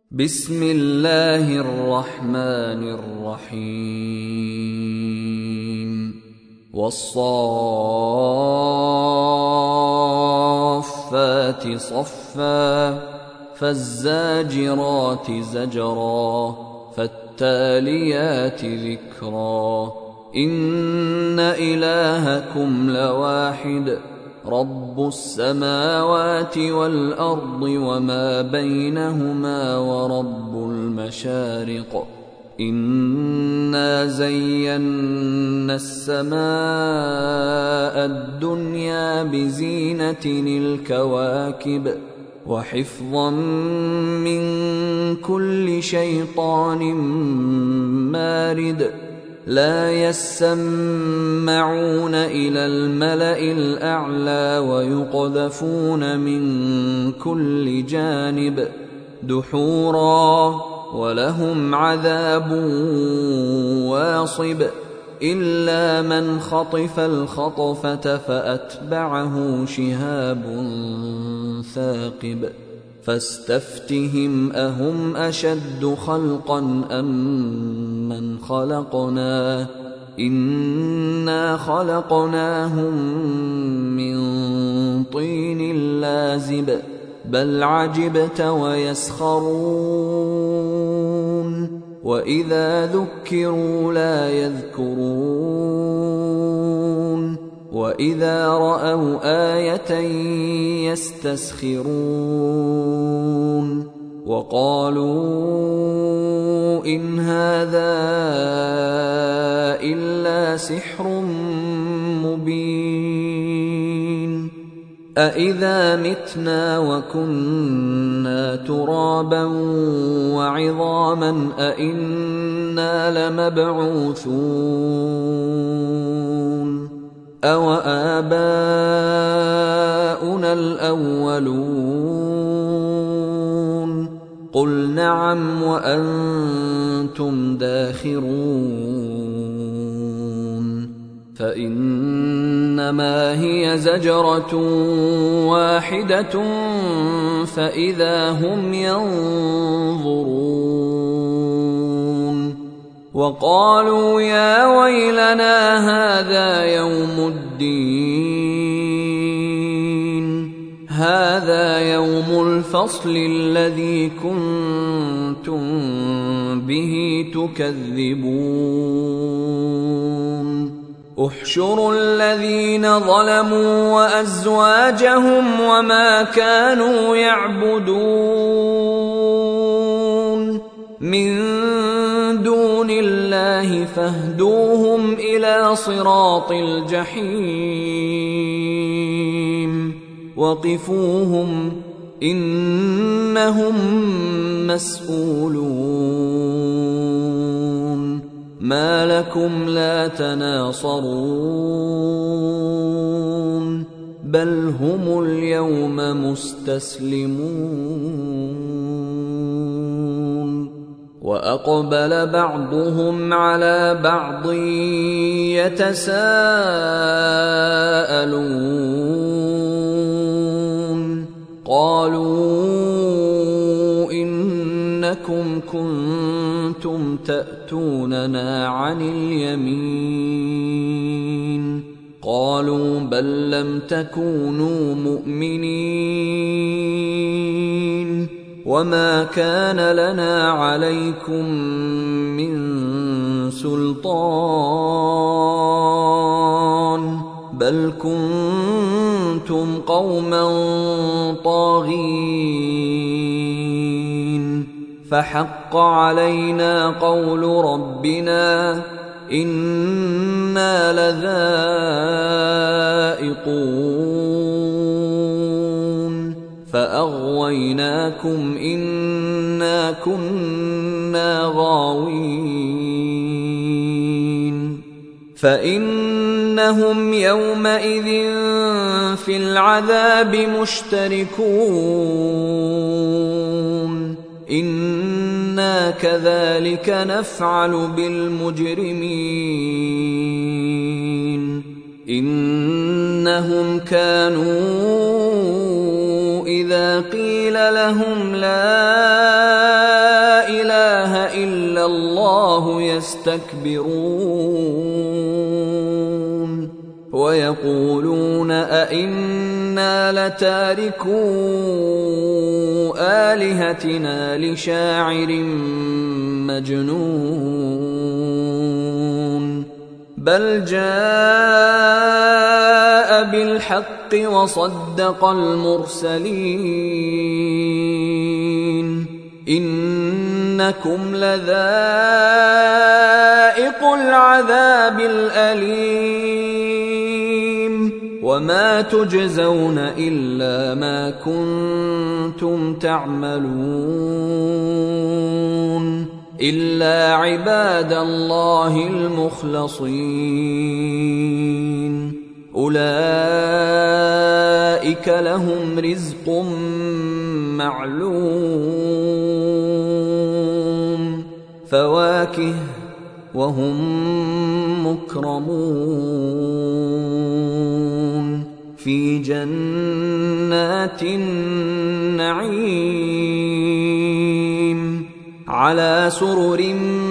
بسم الله الرحمن الرحيم والصافات صفا فالزاجرات زجرا فالتاليات ذكرا إن إلهكم لواحد رب السماوات والأرض وما بينهما ورب المشارق إنا زينا السماء الدنيا بزينة الكواكب وحفظا من كل شيطان مارد لا يسمعون إلى الملأ الأعلى ويقذفون من كل جانب دحورا ولهم عذاب واصب إلا من خطف الخطفة فأتبعه شهاب ثاقب فاستفتهم أهم أشد خلقا أم من خلقنا إنا خلقناهم من طين لازب بل عجبت ويسخرون وإذا ذكروا لا يذكرون وإذا رأوا آية يستسخرون وقالوا إن هذا إلا سحر مبين أإذا متنا وكنا ترابا وعظاما أإنا لمبعوثون أوآباؤنا الأولون قل نعم وأنتم داخرون فإنما هي زجرة واحدة فإذا هم ينظرون وقالوا يا ويلنا هذا يوم الدين هذا يوم الفصل الذي كنتم به تكذبون احشروا الذين ظلموا وأزواجهم وما كانوا يعبدون من دون الله فاهدوهم إلى صراط الجحيم وقفوهم إنهم مسؤولون ما لكم لا تناصرون بل هم اليوم مستسلمون وأقبل بعضهم على بعض يتساءلون قالوا إنكم كنتم تأتوننا عن اليمين قالوا بل لم تكونوا مؤمنين وما كان لنا عليكم من سلطان بل كنتم قوما طاغين فحق علينا قول ربنا إنا لذائقون فأغويناكم إنا كنا غاوين فإنهم يومئذ في العذاب مشتركون إنا كذلك نفعل بالمجرمين إنهم كانوا إذا قيل لهم لا الله يستكبرون ويقولون أئنا لتاركو آلهتنا لشاعر مجنون بل جاء بالحق وصدق المرسلين إنكم لذائق العذاب الأليم وما تجزون إلا ما كنتم تعملون إلا عباد الله المخلصين أولئك لهم رزق معلوم فواكه وهم مكرمون في جنات النعيم على سرر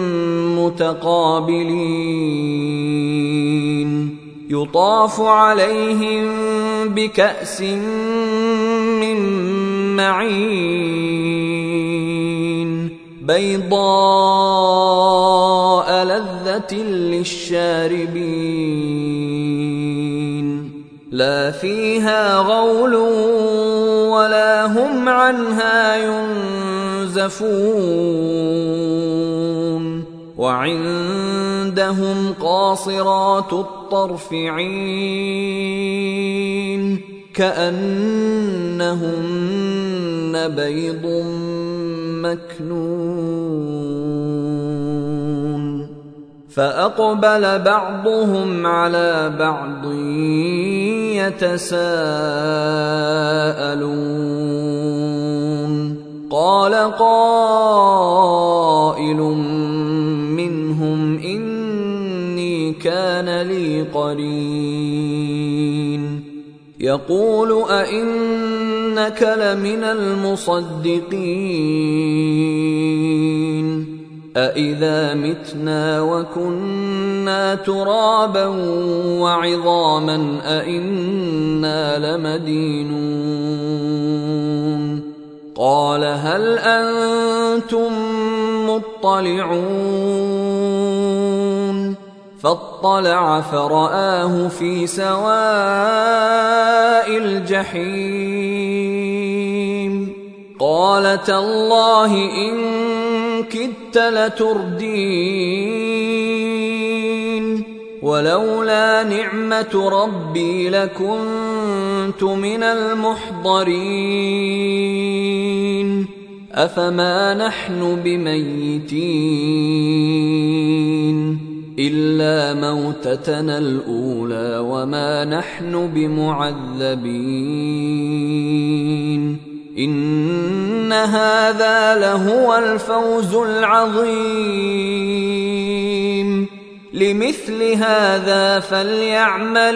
متقابلين يطاف عليهم بكأس من معين بيضاء لذة للشاربين لا فيها غول ولا هم عنها ينزفون وعندهم قاصرات الطرف عين كأنهن بيض مكنون فأقبل بعضهم على بعض يتساءلون قال قائل منهم إني كان لي قرين يقول أئنك لمن المصدقين أإذا متنا وكنا ترابا وعظاما أئنا لمدينون قال هل أنتم مطلعون فاطلع فرآه في سواء الجحيم قال تالله إن كدت لتردين ولولا نعمة ربي لكنت من المحضرين أفما نحن بميتين إلا موتتنا الأولى وما نحن بمعذبين إن هذا لهو الفوز العظيم لمثل هذا فليعمل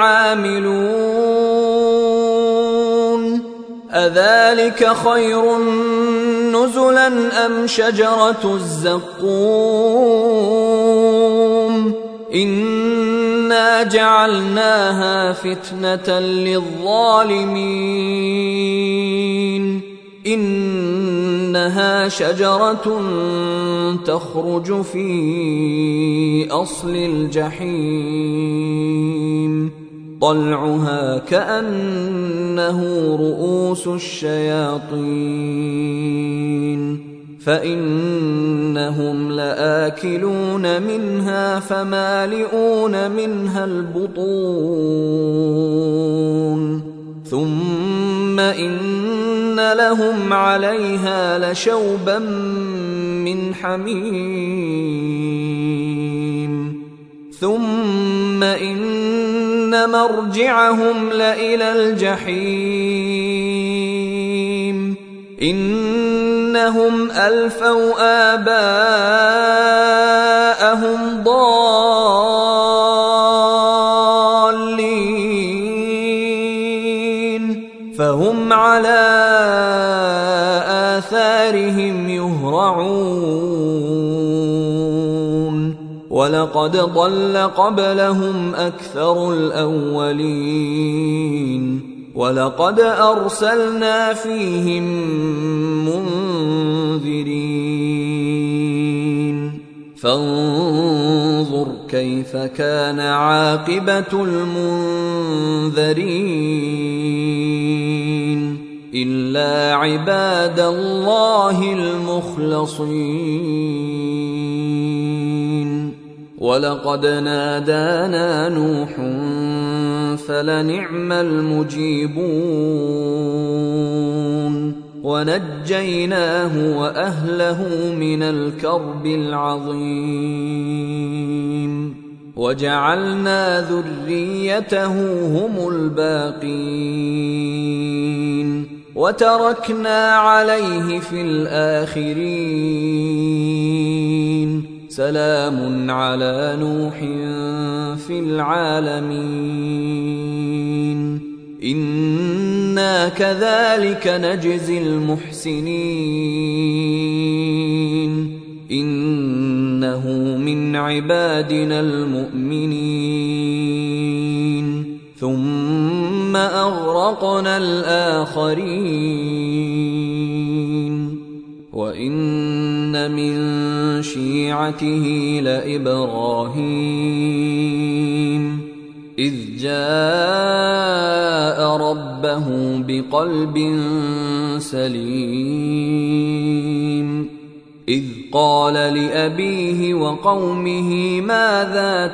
العاملون أذلك خير نزلا أم شجرة الزقوم إنا جعلناها فتنة للظالمين إنها شجرة تخرج في أصل الجحيم طلعها كأنه رؤوس الشياطين فإنهم لآكلون منها فمالئون منها البطون ثم إن لهم عليها لشوبا من حميم ثم إن مرجعهم لإلى الجحيم إنهم ألفوا آباءهم ضالين فهم على آثارهم يهرعون ولقد ضل قبلهم أكثر الأولين ولقد أرسلنا فيهم منذرين فانظر كيف كان عاقبة المنذرين إلا عباد الله المخلصين ولقد نادانا نوح فلنعم المجيبون ونجيناه وأهله من الكرب العظيم وجعلنا ذريته هم الباقين وتركنا عليه في الآخرين سلام على نوح في العالمين إنا كذلك نجزي المحسنين إنه من عبادنا المؤمنين ثم أغرقنا الآخرين وإن من شيعته لإبراهيم إذ جاء ربه بقلب سليم إذ قال لأبيه وقومه ماذا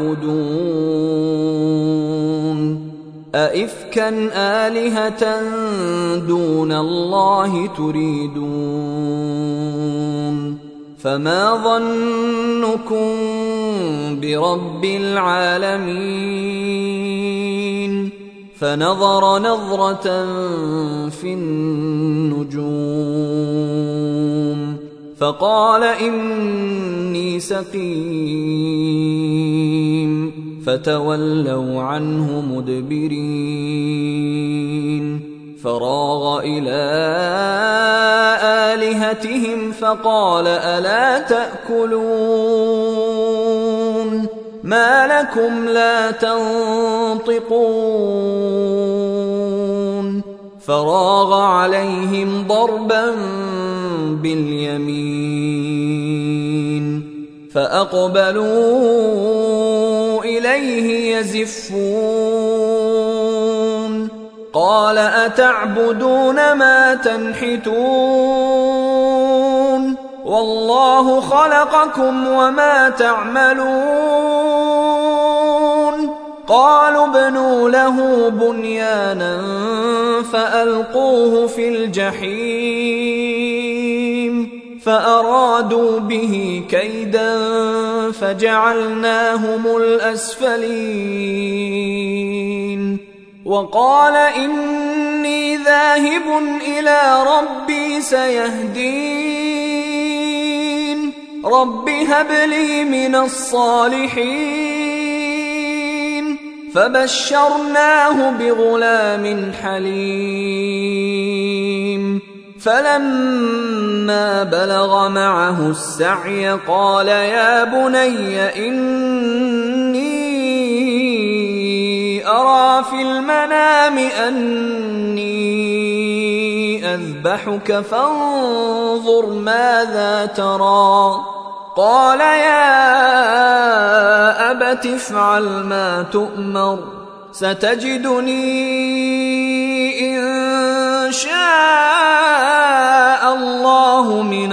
تعبدون أئفكا آلهة دون الله تريدون فما ظنكم برب العالمين فنظر نظرة في النجوم فقال إني سقيم فتولوا عنه مدبرين فراغ إلى آلهتهم فقال ألا تأكلون ما لكم لا تنطقون فراغ عليهم ضربا باليمين فأقبلوا إليه يزفون قال أتعبدون ما تنحتون والله خلقكم وما تعملون قالوا ابنوا له بنيانا فألقوه في الجحيم فأرادوا به كيدا فجعلناهم الأسفلين وقال إني ذاهب إلى ربي سيهدين رب هب لي من الصالحين فبشرناه بغلام حليم فلما بلغ معه السعي قال يا بني إني أرى في المنام أني أذبحك فانظر ماذا ترى قال يا أبت افعل ما تؤمر ستجدني إن شاء الله من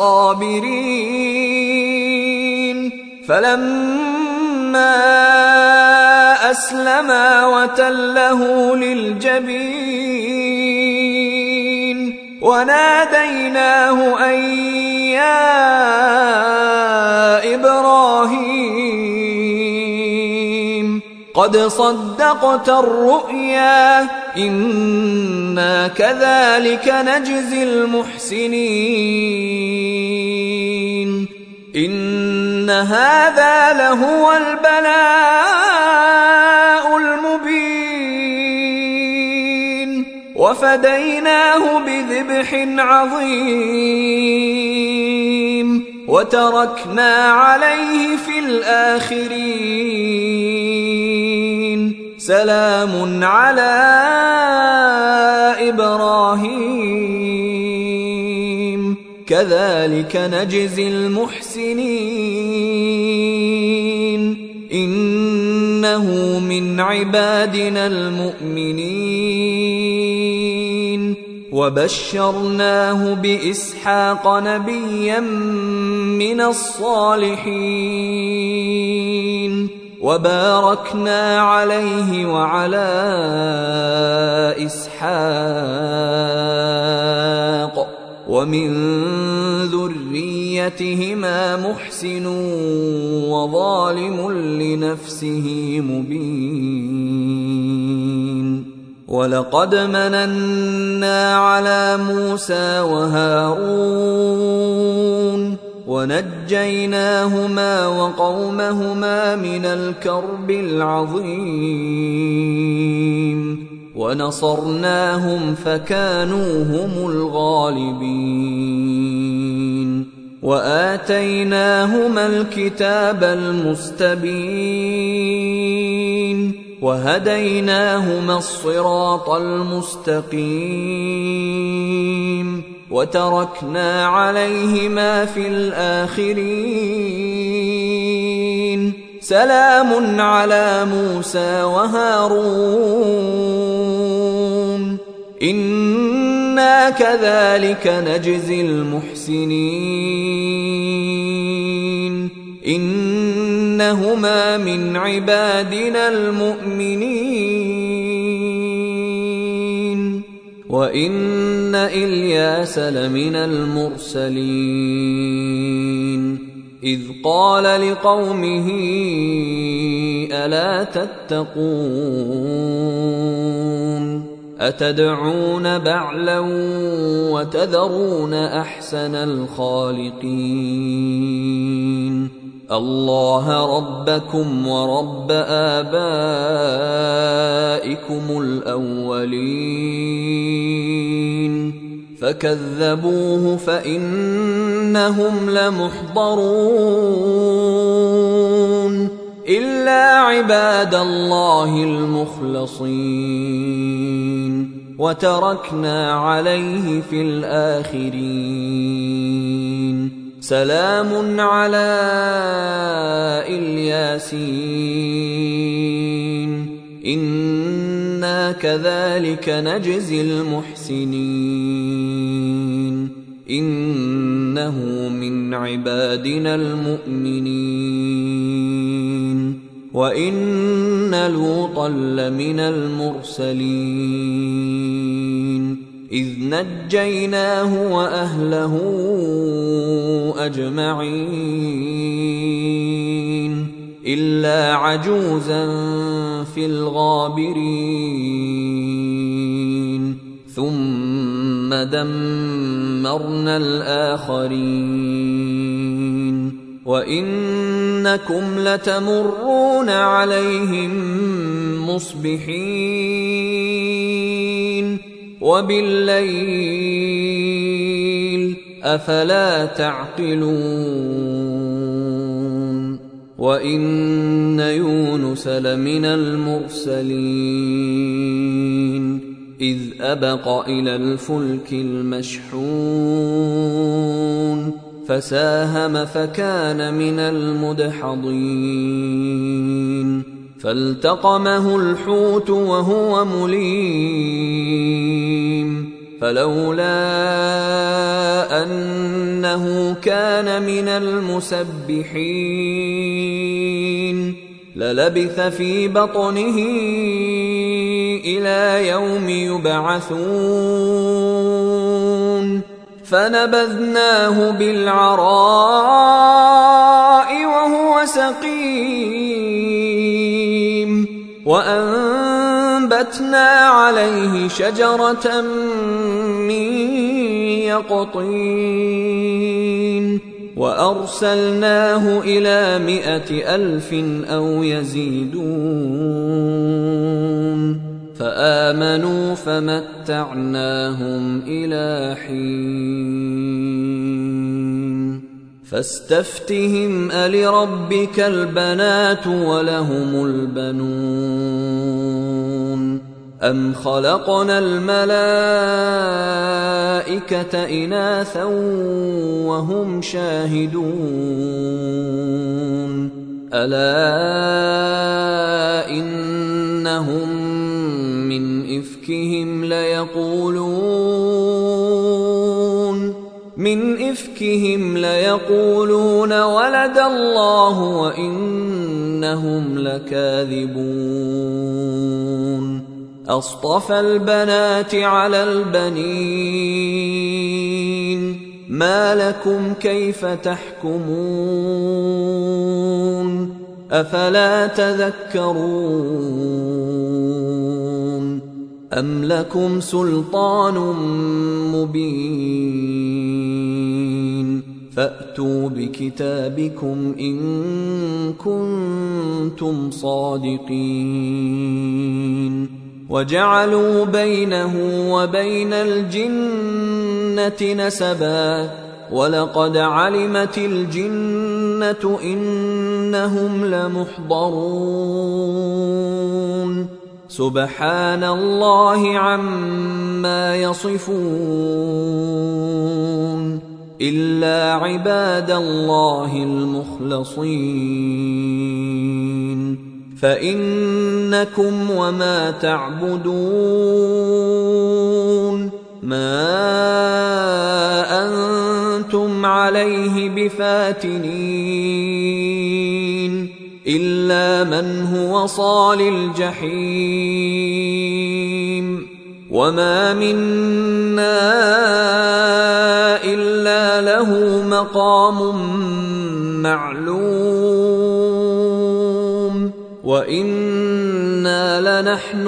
الصابرين فلما أسلما وتله للجبين وناديناه أن يا إبراهيم قد صدقت الرؤيا إنا كذلك نجزي المحسنين إن هذا لهو البلاء المبين وفديناه بذبح عظيم وتركنا عليه في الآخرين سلام على إبراهيم كذلك نجزي المحسنين إنه من عبادنا المؤمنين وبشرناه بإسحاق نبيا من الصالحين وباركنا عليه وعلى إسحاق ومن ذريتهما محسن وظالم لنفسه مبين ولقد مننا على موسى وهارون ونجيناهما وقومهما من الكرب العظيم ونصرناهم فكانوا هم الغالبين وآتيناهما الكتاب المستبين وهديناهما الصراط المستقيم وتركنا عليهما في الآخرين سلام على موسى وهارون إنا كذلك نجزي المحسنين إنهما من عبادنا المؤمنين وإن إلياس لمن المرسلين إذ قال لقومه ألا تتقون أتدعون بعلا وتذرون أحسن الخالقين الله ربكم ورب آبائكم الأولين فكذبوه فإنهم لمحضرون إلا عباد الله المخلصين وتركنا عليه في الآخرين سلام على الياسين إنا كذلك نجزي المحسنين إنه من عبادنا المؤمنين وإن لوطا لمن المرسلين إذ نجيناه وأهله أجمعين إلا عجوزا في الغابرين ثم دمرنا الآخرين وإنكم لتمرون عليهم مصبحين وبالليل أفلا تعقلون وإن يونس لمن المرسلين إذ أبق إلى الفلك المشحون فساهم فكان من المدحضين فالتقمه الحوت وهو مليم فلولا أنه كان من المسبحين للبث في بطنه إلى يوم يبعثون فنبذناه بالعراء وهو سقيم وأنبتنا عليه شجرة من يقطين وأرسلناه إلى 100,000 أو يزيدون فآمنوا فمتعناهم إلى حين فاستفتهم ألربك البنات ولهم البنون أم خلقنا الملائكة إناثا وهم شاهدون ألا إنهم من إفكهم ليقولون ولد الله وإنهم لكاذبون أصطفى البنات على البنين ما لكم كيف تحكمون أفلا تذكرون أم لكم سلطان مبين فأتوا بكتابكم إن كنتم صادقين وجعلوا بينه وبين الجنة نسبا ولقد علمت الجنة إنهم لمحضرون سبحان الله عما يصفون إلا عباد الله المخلصين فإنكم وما تعبدون ما أنتم عليه بفاتنين إلا من هو صال الجحيم وما منا إلا له مقام معلوم وإنا لنحن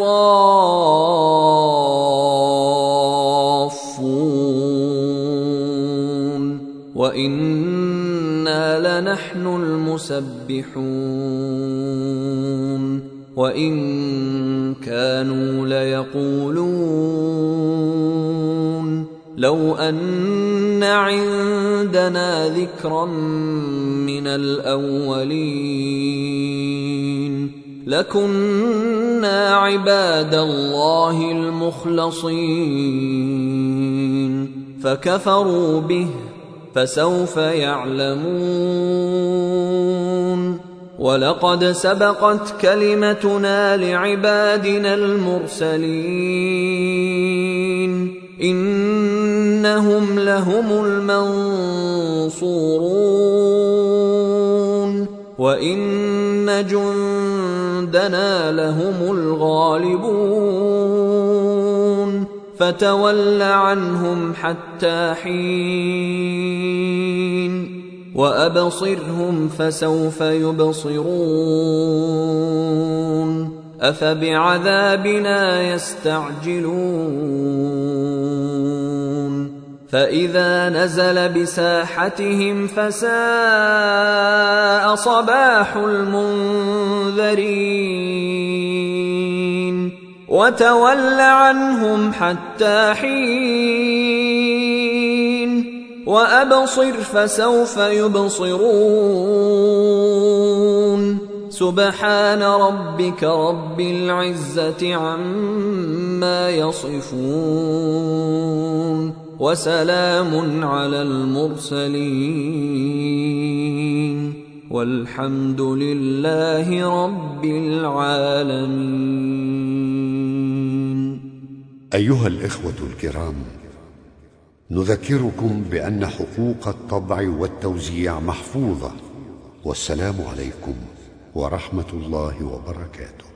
الصافون وإنا لنحن المسبحون وإن كانوا ليقولون لو أن عندنا ذكرا من الأولين لكنا عباد الله المخلصين فكفروا به فسوف يعلمون ولقد سبقت كلمتنا لعبادنا المرسلين إنهم لهم المنصورون وإن جندنا لهم الغالبون فتول عنهم حتى حين وأبصرهم فسوف يبصرون أفبعذابنا يستعجلون فإذا نزل بساحتهم فساء صباح المنذرين وتول عنهم حتى حين وأبصر فسوف يبصرون سبحان ربك رب العزة عما يصفون وسلام على المرسلين والحمد لله رب العالمين. أيها الإخوة الكرام، نذكركم بأن حقوق الطبع والتوزيع محفوظة، والسلام عليكم ورحمة الله وبركاته.